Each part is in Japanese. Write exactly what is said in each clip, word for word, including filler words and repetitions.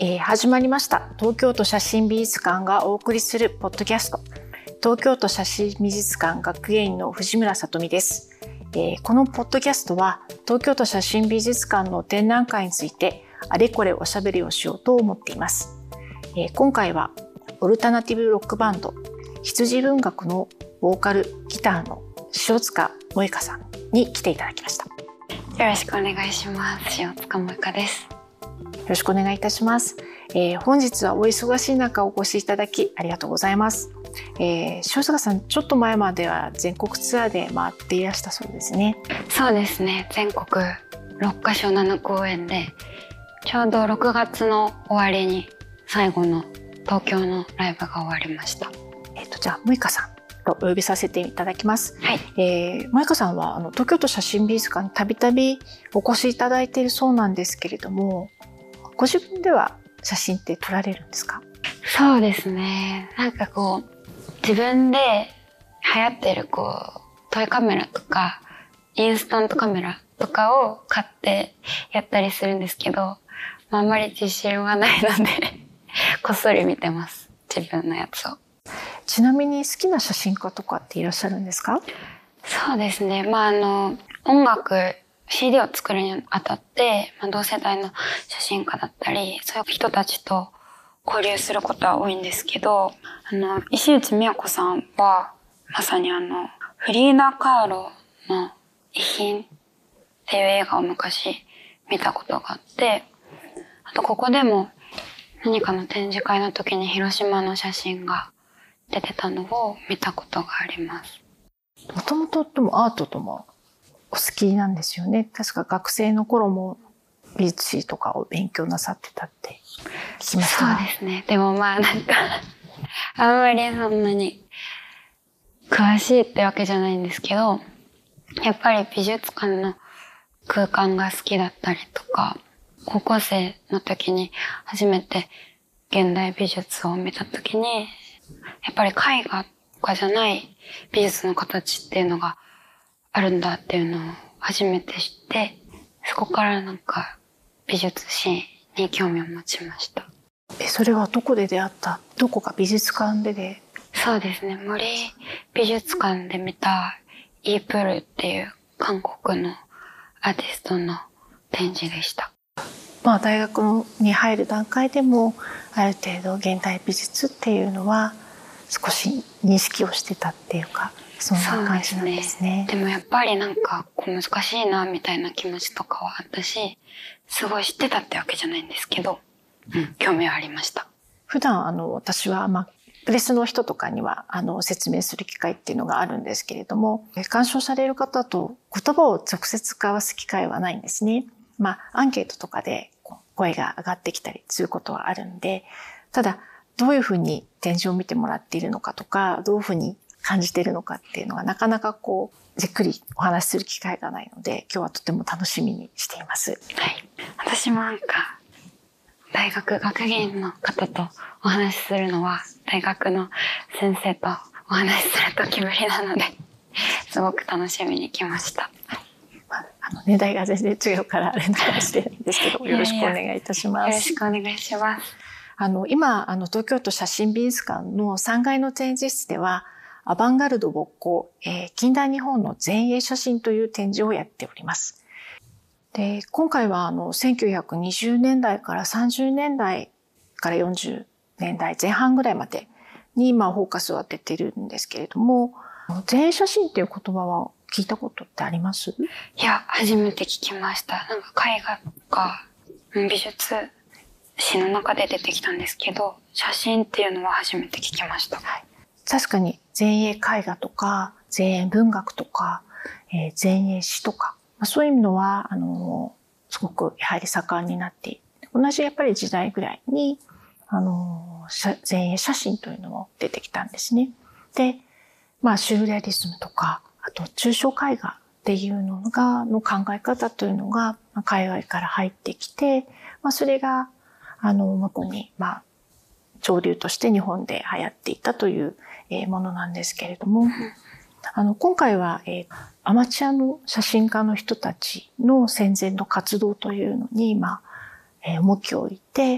えー、始まりました東京都写真美術館がお送りするポッドキャスト、東京都写真美術館学芸員の藤村さとみです。えー、このポッドキャストは東京都写真美術館の展覧会についてあれこれおしゃべりをしようと思っています。えー、今回はオルタナティブロックバンド羊文学のボーカルギターの塩塚萌香さんに来ていただきました。 よろしくお願いします。塩塚萌香です。 よろしくお願いいたします。えー、本日はお忙しい中お越しいただきありがとうございます。えー、塩塚さん、ちょっと前までは全国ツアーで回っていらしたそうですね。 そうですね。全国ろっかしょななこうえんで、ちょうどろくがつの終わりに最後の東京のライブが終わりました。 えっと、じゃあ萌香さんとお呼びさせていただきます。 はい。 えー、萌香さんはあの東京都写真美術館にたびたびお越しいただいているそうなんですけれども、ご自分では写真って撮られるんですか？ そうですね。なんかこう自分で流行ってるこうトイカメラとかインスタントカメラとかを買ってやったりするんですけど、まあ、あんまり自信はないのでこっそり見てます、自分のやつを。 ちなみに好きな写真家とかっていらっしゃるんですか？ そうですね。まああの音楽 シーディー を作るにあたって、まあ、同世代の写真家だったりそういう人たちと交流することは多いんですけど、あの石内美也子さんはまさにあのフリーダ・カーロの遺品っていう映画を昔見たことがあって、あとここでも何かの展示会の時に広島の写真が出てたのを見たことがあります。 もともとでもアートともお好きなんですよね。確か学生の頃も美術史とかを勉強なさってたって聞きましたが。 そうですね。でもまあなんかあんまりそんなに詳しいってわけじゃないんですけど、やっぱり美術館の空間が好きだったりとか、高校生の時に初めて現代美術を見た時に、やっぱり絵画とかじゃない美術の形っていうのがあるんだっていうのを初めて知って、そこからなんか美術史に興味を持ちました。 え、それはどこで出会った？どこか美術館でで？ そうですね。森美術館で見たイープルっていう韓国のアーティストの展示でした。 まあ大学に入る段階でもある程度現代美術っていうのは少し認識をしてたっていうか、そんな感じなんですね。 でもやっぱりなんかこう難しいなみたいな気持ちとかはあったし、すごい知ってたってわけじゃないんですけど、うん、興味はありました。 普段あの私はまあプレスの人とかにはあの説明する機会っていうのがあるんですけれども、鑑賞される方と言葉を直接交わす機会はないんですね。まあアンケートとかで声が上がってきたりすることはあるんで、ただどういうふうに展示を見てもらっているのかとか、どういうふうに感じているのかっていうのがなかなかこうじっくりお話しする機会がないので、今日はとても楽しみにしています。 はい。私もなんか大学学芸員の方とお話しするのは大学の先生とお話しする時ぶりなので、すごく楽しみに来ました。 まあ、あの年代が全然違うからあれなかもしれないんですけど、よろしくお願いいたします。 よろしくお願いします。 あの今あの東京都写真美術館のさんがいの展示室ではアバンガルド勃興、えー、近代日本の前衛写真という展示をやっております。で、今回はあのせんきゅうひゃくにじゅうねんだいからさんじゅうねんだいからよんじゅうねんだいぜん半ぐらいまでに今フォーカスを当てているんですけれども、前衛写真っていう言葉は聞いたことってあります？ いや、初めて聞きました。なんか絵画とか美術史の中で出てきたんですけど、写真っていうのは初めて聞きました。 はい、確かに前衛絵画とか前衛文学とか、えー、前衛詩とか、まあ、そういうのはあのすごくやはり盛んになっている。同じやっぱり時代ぐらいにあの前衛写真というのも出てきたんですね。で、まあシューレアリスムとか、あと抽象絵画っていうのがの考え方というのが海外から入ってきて、まあ、それがあの向こうにまあ潮流として日本で流行っていたというものなんですけれども、あの今回は、えー、アマチュアの写真家の人たちの戦前の活動というのに、まあえー、重きを置いて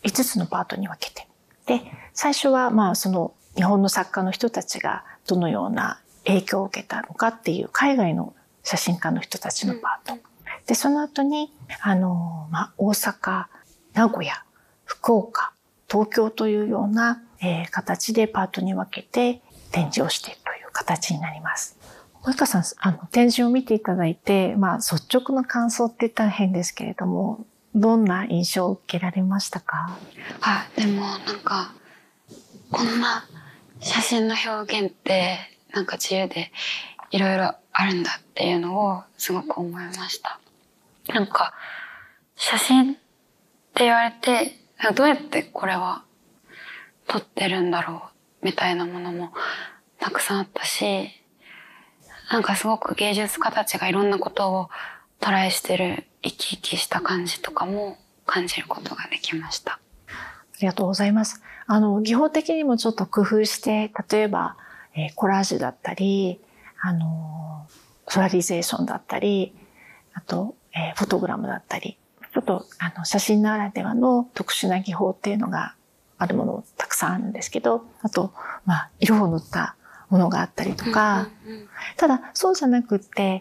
いつつのパートに分けて。で、最初はまあその日本の作家の人たちがどのような影響を受けたのかっていう海外の写真家の人たちのパート。で、その後に、あの、まあ、大阪、名古屋、福岡、東京というような、えー、形でパートに分けて展示をしているという形になります。萌歌さん、あの、展示を見ていただいて、まあ、率直な感想って言ったら変ですけれども、どんな印象を受けられましたか？ あ、でもなんか、こんな写真の表現って、なんか自由でいろいろあるんだっていうのをすごく思いました。なんか、写真って言われて、どうやってこれは撮ってるんだろうみたいなものもたくさんあったし、なんかすごく芸術家たちがいろんなことをトライしてる生き生きした感じとかも感じることができました。 ありがとうございます。あの、技法的にもちょっと工夫して、例えば、えー、コラージュだったり、あの、ソラリゼーションだったり、あと、えー、フォトグラムだったり、ちょっと、あの、写真ならではの特殊な技法っていうのがあるものたくさんあるんですけど、あと、まあ、色を塗ったものがあったりとか、うんうんうん、ただ、そうじゃなくって、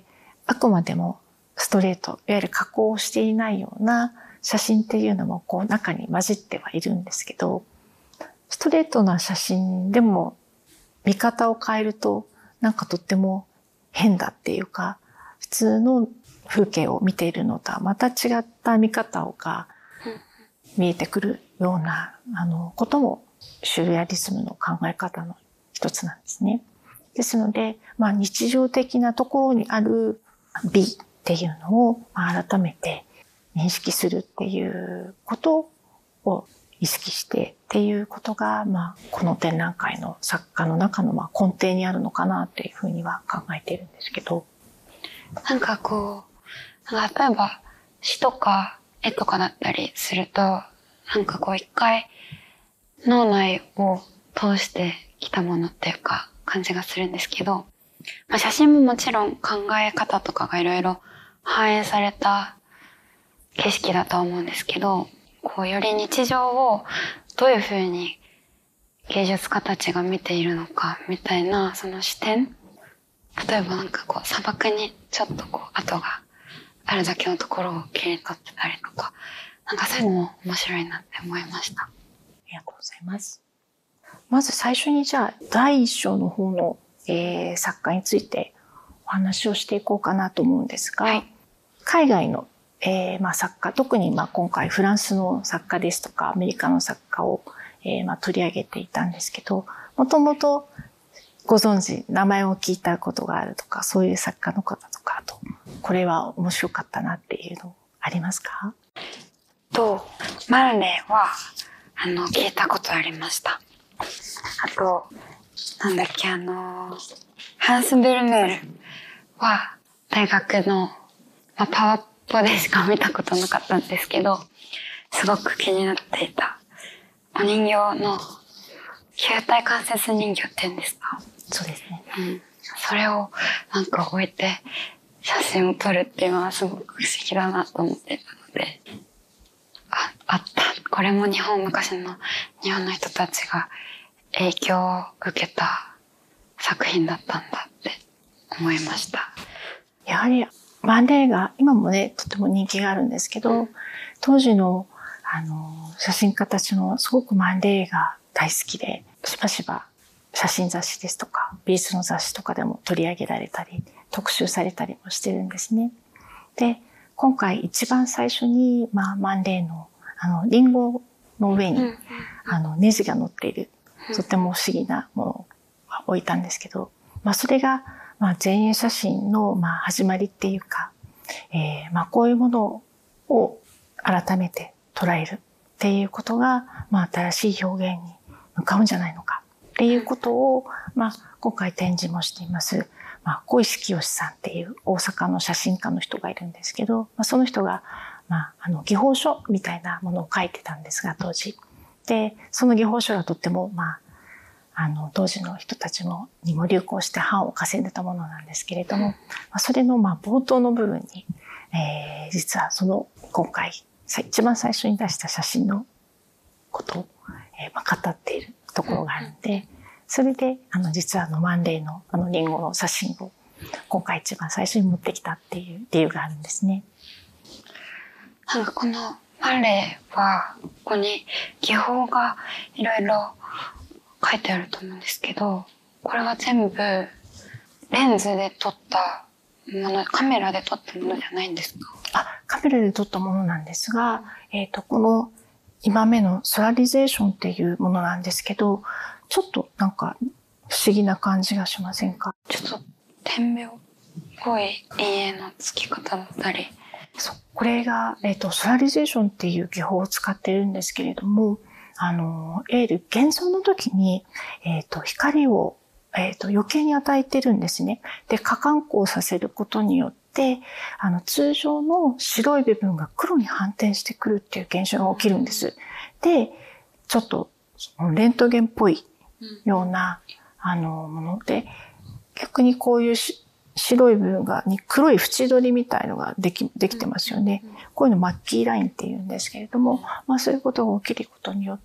あくまでもストレート、いわゆる加工をしていないような写真っていうのも、こう、中に混じってはいるんですけど、ストレートな写真でも見方を変えると、なんかとっても変だっていうか、普通の風景を見ているのとはまた違った見方が見えてくるような、あの、こともシュルレアリスムの考え方の一つなんですね。ですので、まあ日常的なところにある美っていうのを改めて認識するっていうことを意識してっていうことが、まあ、この展覧会の作家の中のまあ根底にあるのかなっていうふうには考えているんですけど。 なんかこう、例えば詩とか絵とかだったりすると、なんかこう一回脳内を通してきたものっていうか感じがするんですけど、まあ、写真ももちろん考え方とかがいろいろ反映された景色だと思うんですけど、こうより日常をどういうふうに芸術家たちが見ているのかみたいなその視点、例えばなんかこう砂漠にちょっとこう跡があるだけのところを切り取ってたりとか、なんかそういうのも面白いなって思いました。 ありがとうございます。まず最初にじゃあ第一章の方の、えー、作家についてお話をしていこうかなと思うんですが、はい、海外のえー、まあ作家、特にまあ今回フランスの作家ですとかアメリカの作家を、えー、まあ取り上げていたんですけど、もともとご存知、名前を聞いたことがあるとか、そういう作家の方とか、あと、これは面白かったなっていうのありますか？ と、マルレーは、あの、聞いたことありました。あと、なんだっけ、あの、ハンス・ベルメールは、大学の、まあ、パワーでしか見たことなかったんですけど、すごく気になっていたお人形の球体関節人形って言うんですか？ そうですね。 うん。それをなんか置いて写真を撮るっていうのはすごく不思議だなと思っていたので、あ、あった。これも日本昔の日本の人たちが影響を受けた作品だったんだって思いました。 やはりマンレーが今もね、とても人気があるんですけど、うん、当時の、あの、写真家たちのすごくマンレーが大好きで、しばしば写真雑誌ですとか、美術の雑誌とかでも取り上げられたり、特集されたりもしてるんですね。で、今回一番最初に、まあ、マンレーの、あの、リンゴの上に、うん、あの、ネジが乗っている、とても不思議なものを置いたんですけど、まあ、それが、まあ、前衛写真の、まあ、始まりっていうか、えー、まあ、こういうものを改めて捉えるっていうことが、まあ、新しい表現に向かうんじゃないのかっていうことを、まあ、今回展示もしています、まあ、小石清さんっていう大阪の写真家の人がいるんですけど、まあ、その人が、まあ、あの、技法書みたいなものを書いてたんですが、当時。で、その技法書がとっても、まあ、あの、当時の人たちも、にも流行して版を稼いでたものなんですけれども、まあ、それの、まあ、冒頭の部分に、えー、実はその、今回、一番最初に出した写真のことを、えーまあ、語っているところがあるんで、それであの実はあの万例のあのリンゴの写真を今回一番最初に持ってきたっていう理由があるんですね。 なんかこの万例はここに技法がいろいろ書いてあると思うんですけど、これは全部レンズで撮ったもの、カメラで撮ったものじゃないんですか？ あ、カメラで撮ったものなんですが、えっと、この今目のソラリゼーションっていうものなんですけど、ちょっとなんか不思議な感じがしませんか？ ちょっと点描っぽい陰影のつき方だったり。 そう、これが、えっと、ソラリゼーションっていう技法を使ってるんですけれども、あの、いわゆる現像の時に、えっと、光を、えっと、余計に与えてるんですね。で、過感光させることによって、あの、通常の白い部分が黒に反転してくるっていう現象が起きるんです。で、ちょっと、レントゲンっぽいような、あの、もので、逆にこういうし白い部分が、に黒い縁取りみたいのができ、できてますよね。こういうのマッキーラインって言うんですけれども、まあそういうことが起きることによって、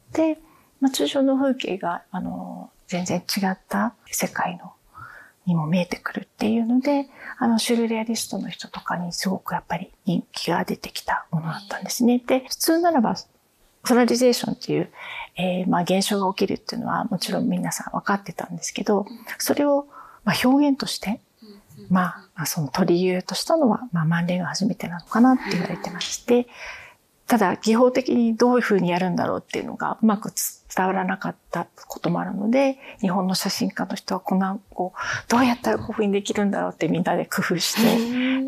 まあ通常の風景が、あの、全然違った世界の、にも見えてくるっていうので、あの、シュルレアリストの人とかにすごくやっぱり人気が出てきたものだったんですね。で、普通ならば、ソラリゼーションっていう、えー、まあ現象が起きるっていうのはもちろん皆さん分かってたんですけど、それをまあ表現として、まあ、その取り入れとしたのは、まあ、万例が初めてなのかなって言われてまして、ただ、技法的にどういうふうにやるんだろうっていうのがうまく伝わらなかったこともあるので、日本の写真家の人はこんな、こう、どうやったらこういうふうにできるんだろうってみんなで工夫して、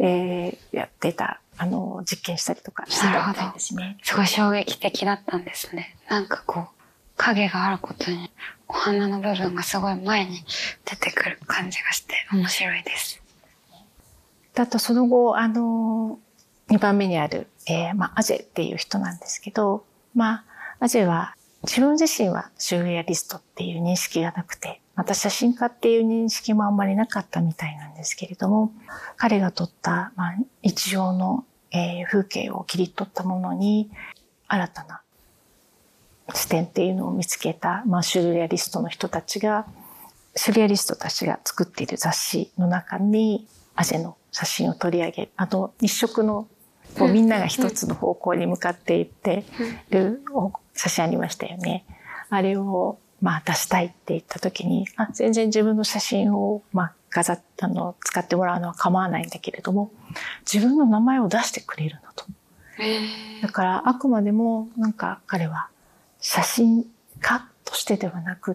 えー、やってた、あの、実験したりとかしてたみたいですね。 すごい衝撃的だったんですね。なんかこう、影があることに、お花の部分がすごい前に出てくる感じがして面白いです。 あとその後、あの、にばんめにある、えー、まあ、アジェっていう人なんですけど、まあ、アジェは自分自身はシュルレアリストっていう認識がなくて、また写真家っていう認識もあんまりなかったみたいなんですけれども、彼が撮った、まあ、日常の、えー、風景を切り取ったものに、新たな視点っていうのを見つけた、まあ、シュルレアリストの人たちが、シュルレアリストたちが作っている雑誌の中に、アジェの写真を取り上げる。あの、一色の、こうみんなが一つの方向に向かっていってる写真ありましたよね。あれを、まあ出したいって言った時に、あ、全然自分の写真を、まあ、飾っ、あの、使ってもらうのは構わないんだけれども、自分の名前を出してくれるのと。だから、あくまでも、なんか彼は、写真家としてではなくって、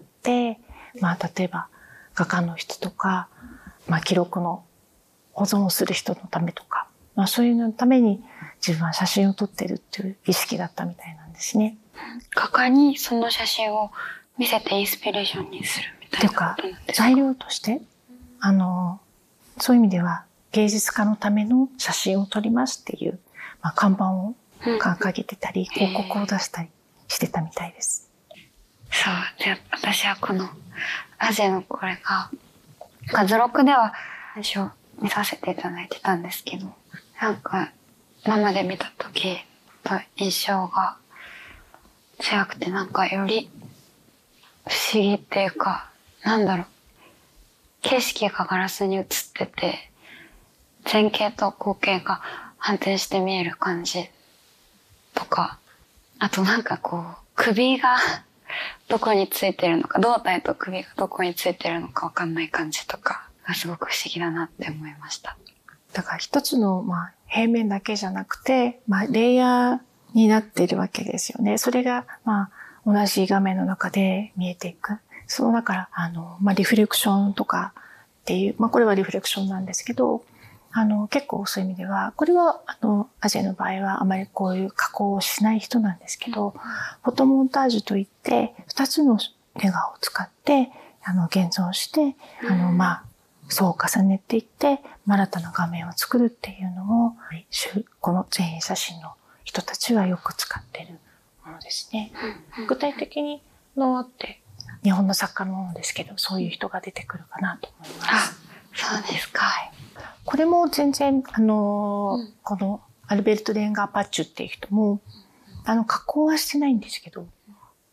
まあ、例えば、画家の人とか、まあ、記録の保存をする人のためとか、まあそういうののために自分は写真を撮ってるっていう意識だったみたいなんですね。 画家にその写真を見せてインスピレーションにするみたいなことなんですか？ 材料として、あの、そういう意味では芸術家のための写真を撮りますっていう、まあ、看板を掲げてたり、広告を出したりしてたみたいです。 そう。で、私はこのアジェのこれが、画図録では最初、見させていただいてたんですけど、なんか生で見た時と印象が違くて、なんかより不思議っていうか、なんだろう、景色がガラスに映ってて、前景と後景が反転して見える感じとか、あとなんかこう首がどこについてるのか、胴体と首がどこについてるのかわかんない感じとかがすごく不思議だなって思いました。 だから一つの、まあ、平面だけじゃなくて、まあ、レイヤーになっているわけですよね。それが、まあ、同じ画面の中で見えていく。その、だから、あの、まあ、リフレクションとかっていう、まあ、これはリフレクションなんですけど、あの、結構そういう意味では、これは、あの、アジェの場合はあまりこういう加工をしない人なんですけど、フォトモンタージュといって、二つのネガを使って、あの、現像して、あの、まあ、層を重ねていって、新たな画面を作るっていうのを、この前衛写真の人たちはよく使っているものですね。具体的にのって日本の作家のものですけど、そういう人が出てくるかなと思います。 あ、そうですか。はい、 これも全然、あの、うん、このアルベルト・レンガー・パッチュっていう人も、あの、加工はしてないんですけど、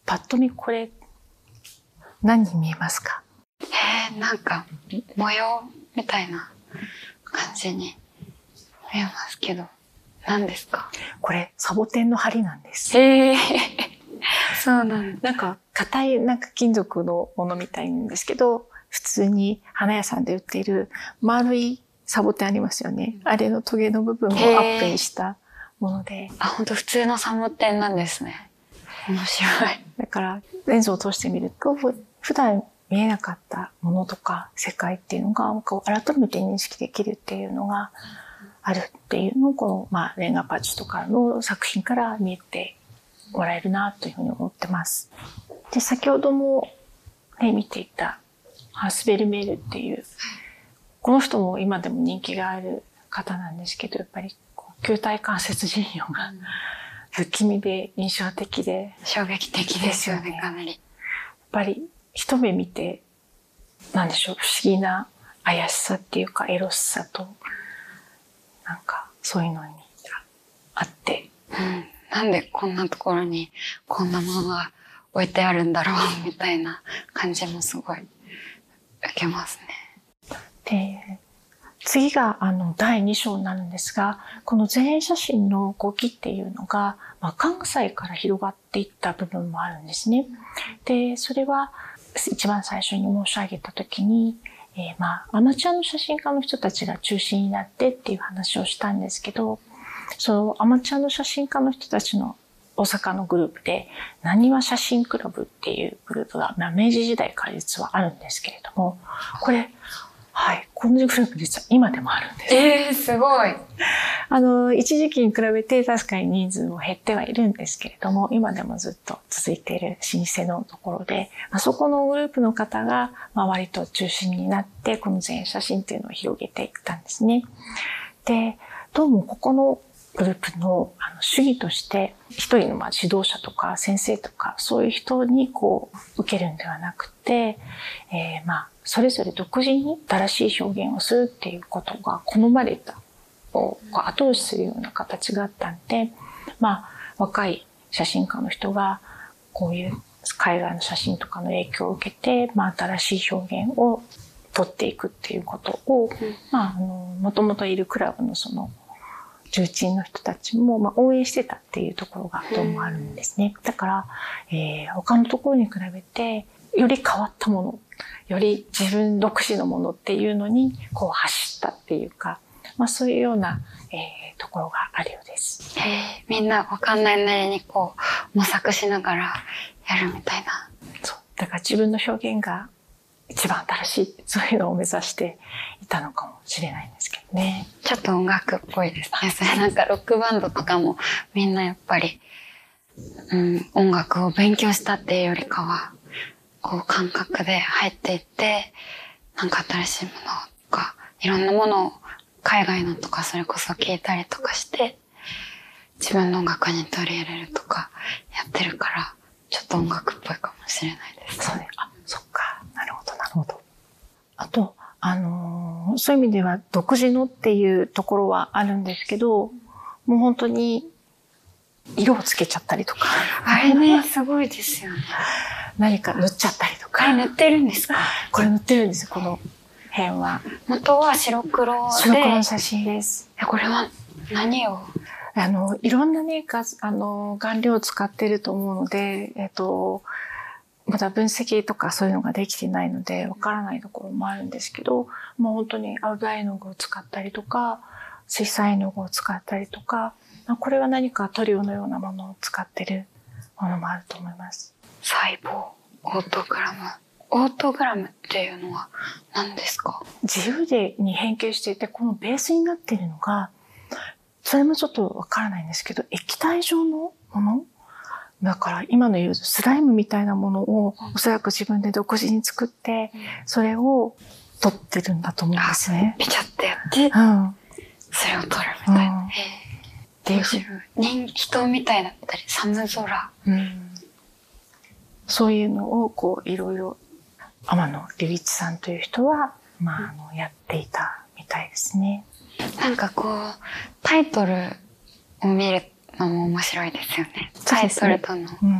パッと見これ何に見えますか？ えー、なんか模様みたいな感じに見えますけど、何ですか？ これサボテンの針なんです。 へえー、そうなんだ。なんか硬いなんか金属のものみたいなんですけど、普通に花屋さんで売っている丸いサボテンありますよね。あれのトゲの部分をアップにしたもので。 あ、本当普通のサボテンなんですね。面白い。 だからレンズを通してみると、普段見えなかったものとか世界っていうのがこう改めて認識できるっていうのがあるっていうのを、この、まあ、レンガパッチとかの作品から見えてもらえるなというふうに思ってます。で、先ほども、ね、見ていたハースベルメールっていう、この人も今でも人気がある方なんですけど、やっぱりこう球体関節人形が不気味で印象的で衝撃的ですよね、かなり。やっぱり一目見て、なんでしょう、不思議な怪しさっていうかエロスさと、なんかそういうのにあって、 うん、なんでこんなところにこんなものが置いてあるんだろうみたいな感じもすごい受けますね。 で、次があのだいに章になるんですが、この前衛写真の動きっていうのが、まあ、関西から広がっていった部分もあるんですね。で、それは一番最初に申し上げた時に、えー、まあアマチュアの写真家の人たちが中心になってっていう話をしたんですけど、そのアマチュアの写真家の人たちの大阪のグループで、なにわ写真クラブっていうグループが、まあ、明治時代から実はあるんですけれども、これ、はい、このグループ実は今でもあるんです。 えー、すごい。 あの、一時期に比べて確かに人数も減ってはいるんですけれども、今でもずっと続いている老舗のところで、まあ、そこのグループの方が、まあ、割と中心になって、この前衛写真っていうのを広げていったんですね。で、どうもここのグループのあの主義として、一人のまあ指導者とか先生とか、そういう人にこう受けるんではなくて、えー、まあ、それぞれ独自に新しい表現をするっていうことが好まれた、を後押しするような形があったんで、まあ、若い写真家の人がこういう海外の写真とかの影響を受けて、まあ、新しい表現を取っていくっていうことを、まあ、あの、もともといるクラブのその重鎮の人たちも、まあ、応援してたっていうところがどうもあるんですね。だから、えー、他のところに比べて、より変わったもの、より自分独自のものっていうのに、こう走ったっていうか、まあそういうような、えー、ところがあるようです。 えー、みんなわかんないなりにこう、模索しながらやるみたいな。 そう。だから自分の表現が一番新しい、そういうのを目指していたのかもしれないんですけどね。 ちょっと音楽っぽいですね。それなんかロックバンドとかもみんなやっぱり、うん、音楽を勉強したっていうよりかは、こう感覚で入っていって、なんか新しいものとか、いろんなものを海外のとかそれこそ聞いたりとかして、自分の音楽に取り入れるとかやってるから、ちょっと音楽っぽいかもしれないです。 そうね。あ、そっか。なるほど、なるほど。あと、あのー、そういう意味では独自のっていうところはあるんですけど、もう本当に色をつけちゃったりとか。 あれね、すごいですよね。 何か塗っちゃったりとか。 あれ塗ってるんですか？ これ塗ってるんですよ、この辺は。 元は白黒で。 白黒の写真です。 これは何を？ あの、いろんなね、があの、顔料を使ってると思うので、えっと、まだ分析とかそういうのができてないので、わからないところもあるんですけど、もう本当に青絵の具を使ったりとか、水彩絵の具を使ったりとか、これは何か塗料のようなものを使ってるものもあると思います。 細胞、オートグラム。オートグラムっていうのは何ですか？ 自由でに変形していて、このベースになっているのが、それもちょっとわからないんですけど、液体状のものだから今の言うスライムみたいなものをおそらく自分で独自に作って、それを取ってるんだと思うんですね。 ピチャってやって、うん、それを取るみたいな。うん、へえ。面白い。人、人みたいだったり、寒空。うん、 そういうのをこういろいろ天野隆一さんという人は、まあ、あのやっていたみたいですね。 なんかこうタイトルを見るのも面白いですよね。タイトルとの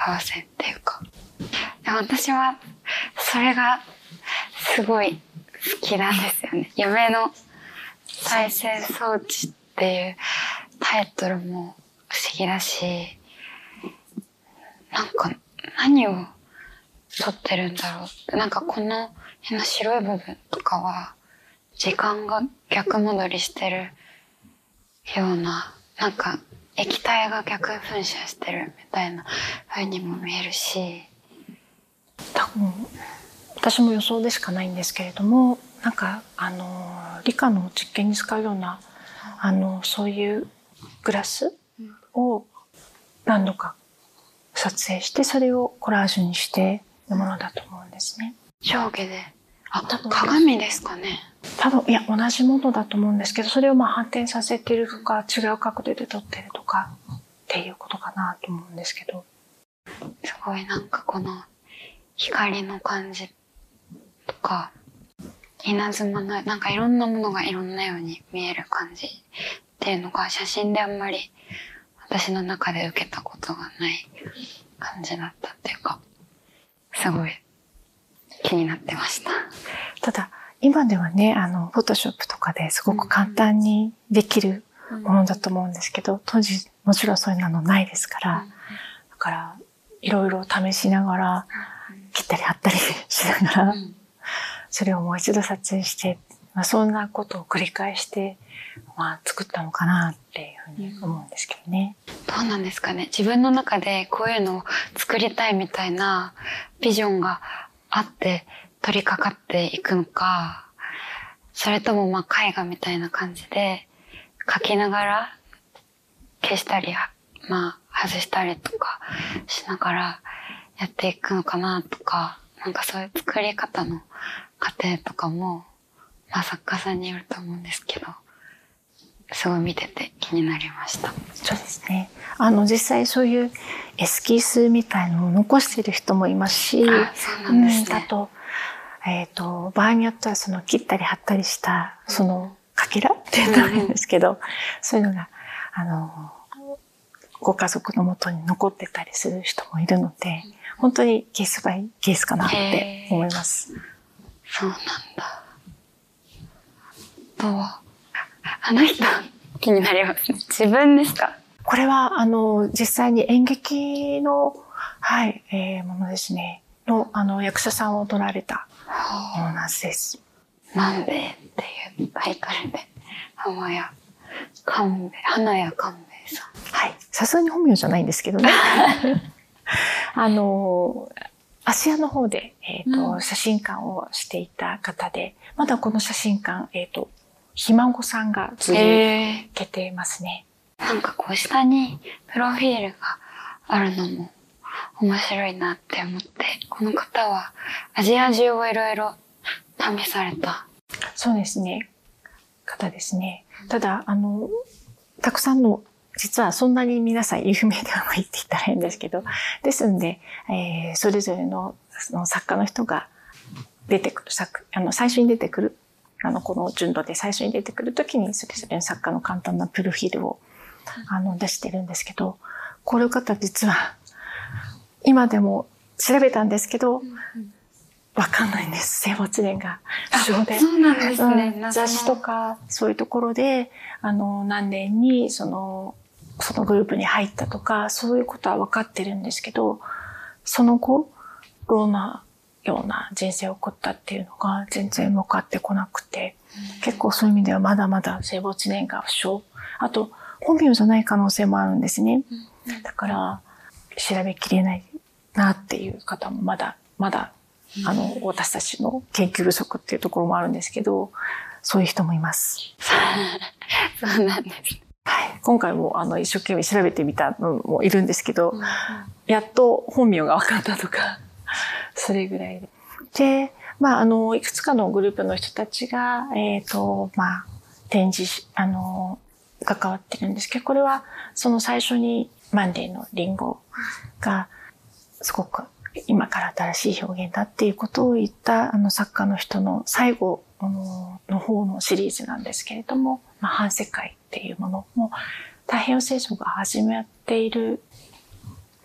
合わせっていうか。で私はそれがすごい好きなんですよね。夢の再生装置っていうタイトルも不思議だし、なんか何を撮ってるんだろうって。なんかこの辺の白い部分とかは時間が逆戻りしてるような、なんか液体が逆噴射してるみたいな風にも見えるし、 多分私も予想でしかないんですけれども、なんかあの理科の実験に使うようなあのそういうグラスを何度か撮影して、それをコラージュにしているものだと思うんですね。 上下で、あ、多分鏡ですかね。 多分いや同じものだと思うんですけど、それをまあ反転させてるとか違う角度で撮ってるとかっていうことかなと思うんですけど、 すごいなんかこの光の感じとか稲妻のなんかいろんなものがいろんなように見える感じっていうのが写真であんまり私の中で受けたことがない感じだったっていうか、すごい気になってました。 ただ今ではね、あのフォトショップとかですごく簡単にできるものだと思うんですけど、当時もちろんそういうのないですから、だからいろいろ試しながら切ったり貼ったりしながらそれをもう一度撮影して、まあ、そんなことを繰り返して、まあ、作ったのかなっていうふうに思うんですけどね。 どうなんですかね。自分の中でこういうのを作りたいみたいなビジョンがあって取り掛かっていくのか、それともまあ絵画みたいな感じで描きながら消したり、まあ外したりとかしながらやっていくのかなとか、なんかそういう作り方の過程とかも、まあ作家さんによると思うんですけど、すごい見てて気になりました。 そうですね。あの実際そういうエスキースみたいのを残している人もいますし、 あ、そうなんですね。 うん、あと、えっと、場合によってはその切ったり貼ったりした、そのかけらって言ったらいいんですけど、うん、そういうのが、あの、ご家族のもとに残ってたりする人もいるので、本当にケースバイケースかなって思います。 そうなんだ。と、あの人気になりますね。自分ですか？ これはあの実際に演劇の、はい、えー、ものですね。のあの役者さんを撮られたものなんです。 万兵衛っていうタイトルで、浜谷勘兵衛、花谷勘兵衛さん。 はい、さすがに本名じゃないんですけどね。あの芦屋の方で、えーとうん、写真館をしていた方で、まだこの写真館、えーとひ孫さんが続けてますね。 えー、なんかこう下にプロフィールがあるのも面白いなって思って、この方はアジア中をいろいろ試された。 そうですね。方ですね。ただ、あの、たくさんの、実はそんなに皆さん有名ではないって言ったら変ですけど、ですんで、えー、それぞれの、その作家の人が出てくる作、あの、最初に出てくる、あの、この順路で最初に出てくるときに、それぞれの作家の簡単なプロフィールを、あの、出してるんですけど、この方実は、今でも調べたんですけど、わかんないんです。生没年が不詳で。 そうなんですね。 うん、雑誌とか、そういうところで、あの、何年に、その、そのグループに入ったとか、そういうことは分かってるんですけど、その後、どんなような人生を送ったっていうのが全然分かってこなくて、結構そういう意味ではまだまだ生没年が不詳。あと、本名じゃない可能性もあるんですね。だから、調べきれないなっていう方もまだ、まだ、あの、私たちの研究不足っていうところもあるんですけど、そういう人もいます。 そうなんです。 はい。今回も、あの、一生懸命調べてみたのもいるんですけど、うんうん、やっと本名が分かったとか、それぐらいで。で、まあ、あの、いくつかのグループの人たちが、えっと、まあ、展示し、あの、関わってるんですけど、これは、その最初に、マンデーのリンゴが、すごく今から新しい表現だっていうことを言ったあの作家の人の最後の方のシリーズなんですけれども、まあ、反世界っていうものも太平洋戦争が始まっている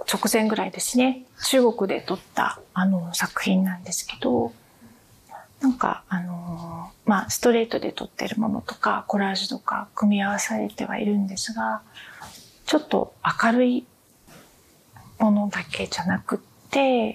直前ぐらいですね、中国で撮ったあの作品なんですけど、なんかあのまあストレートで撮ってるものとかコラージュとか組み合わされてはいるんですが、ちょっと明るいものだけじゃなくって、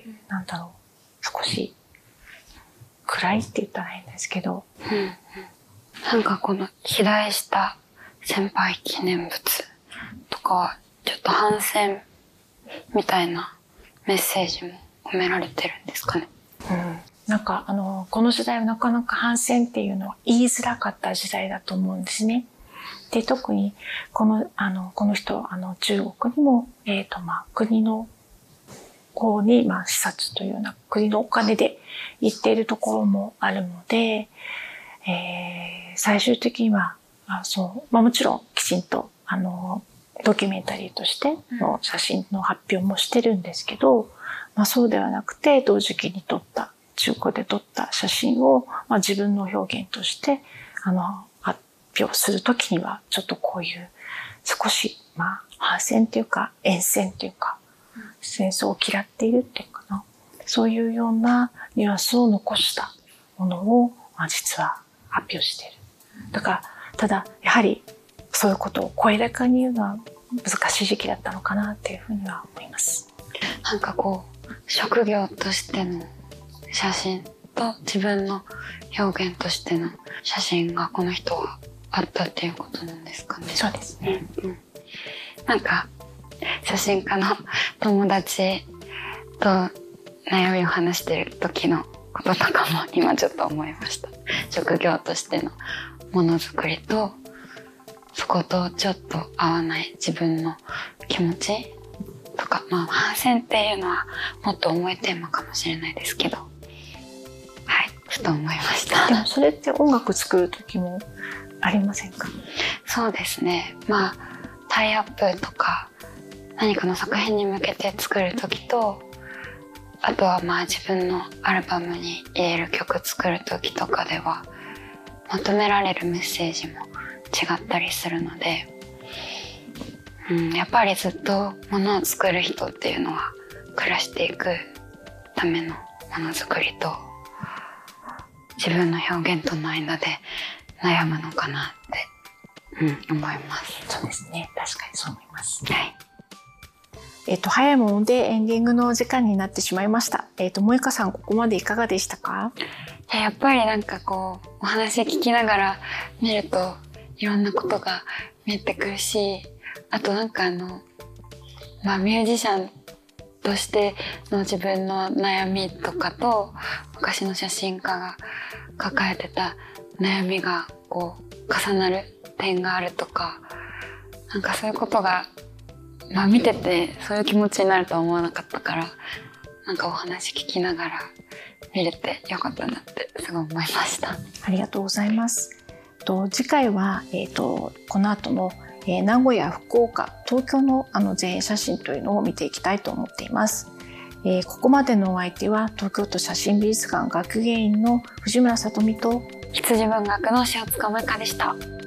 なんだろう、少し暗いって言ったらいいんですけど、 うんうん、なんかこの飛来した先輩記念物とかはちょっと反戦みたいなメッセージも込められてるんですかね。 うん、なんかあのこの時代はなかなか反戦っていうのは言いづらかった時代だと思うんですね。で、特にこのあのこの人あの中国にも、えーとまあ、国の方に、まあ、視察というような国のお金で行っているところもあるので、えー、最終的にはあそう、まあ、もちろんきちんとあのドキュメンタリーとしての写真の発表もしてるんですけど、まあ、そうではなくて同時期に撮った中古で撮った写真を、まあ、自分の表現としてあの発表するときにはちょっとこういう少し、まあ、反戦というか厭戦というか戦争を嫌っているっていうかな、そういうようなニュアンスを残したものを、まあ、実は発表している。だからただやはりそういうことを声高に言うのは難しい時期だったのかなっていうふうには思います。 なんかこう職業としての写真と自分の表現としての写真がこの人はあったっていうことなんですかね。 そうですね、 うんうん、なんか写真家の友達と悩みを話してる時のこととかも今ちょっと思いました。職業としてのものづくりとそことちょっと合わない自分の気持ちとか、まあ反戦っていうのはもっと重いテーマかもしれないですけど、はい、ふと思いました。 でもそれって音楽作る時もありませんか？ そうですね。まあタイアップとか何かの作品に向けて作る時と、あとはまあ自分のアルバムに入れる曲作る時とかでは求められるメッセージも違ったりするので、うん、やっぱりずっとものを作る人っていうのは暮らしていくためのものづくりと自分の表現との間で悩むのかなって、うん、思います。 そうですね、確かにそう思います。 はい。 えっと早いものでエンディングの時間になってしまいました。えっと萌香さん、ここまでいかがでしたか？ やっぱりなんかこうお話聞きながら見るといろんなことが見えてくるし、あとなんかあのまあミュージシャンとしての自分の悩みとかと昔の写真家が抱えてた悩みがこう重なる点があるとか、なんかそういうことがまあ見ててそういう気持ちになるとは思わなかったから、なんかお話聞きながら見れてよかったなってすごい思いました。 ありがとうございます。と次回は、えー、とこの後の、えー、名古屋、福岡、東京のあの前衛写真というのを見ていきたいと思っています。えー、ここまでのお相手は東京都写真美術館学芸員の藤村さとみと羊文学の塩塚萌香でした。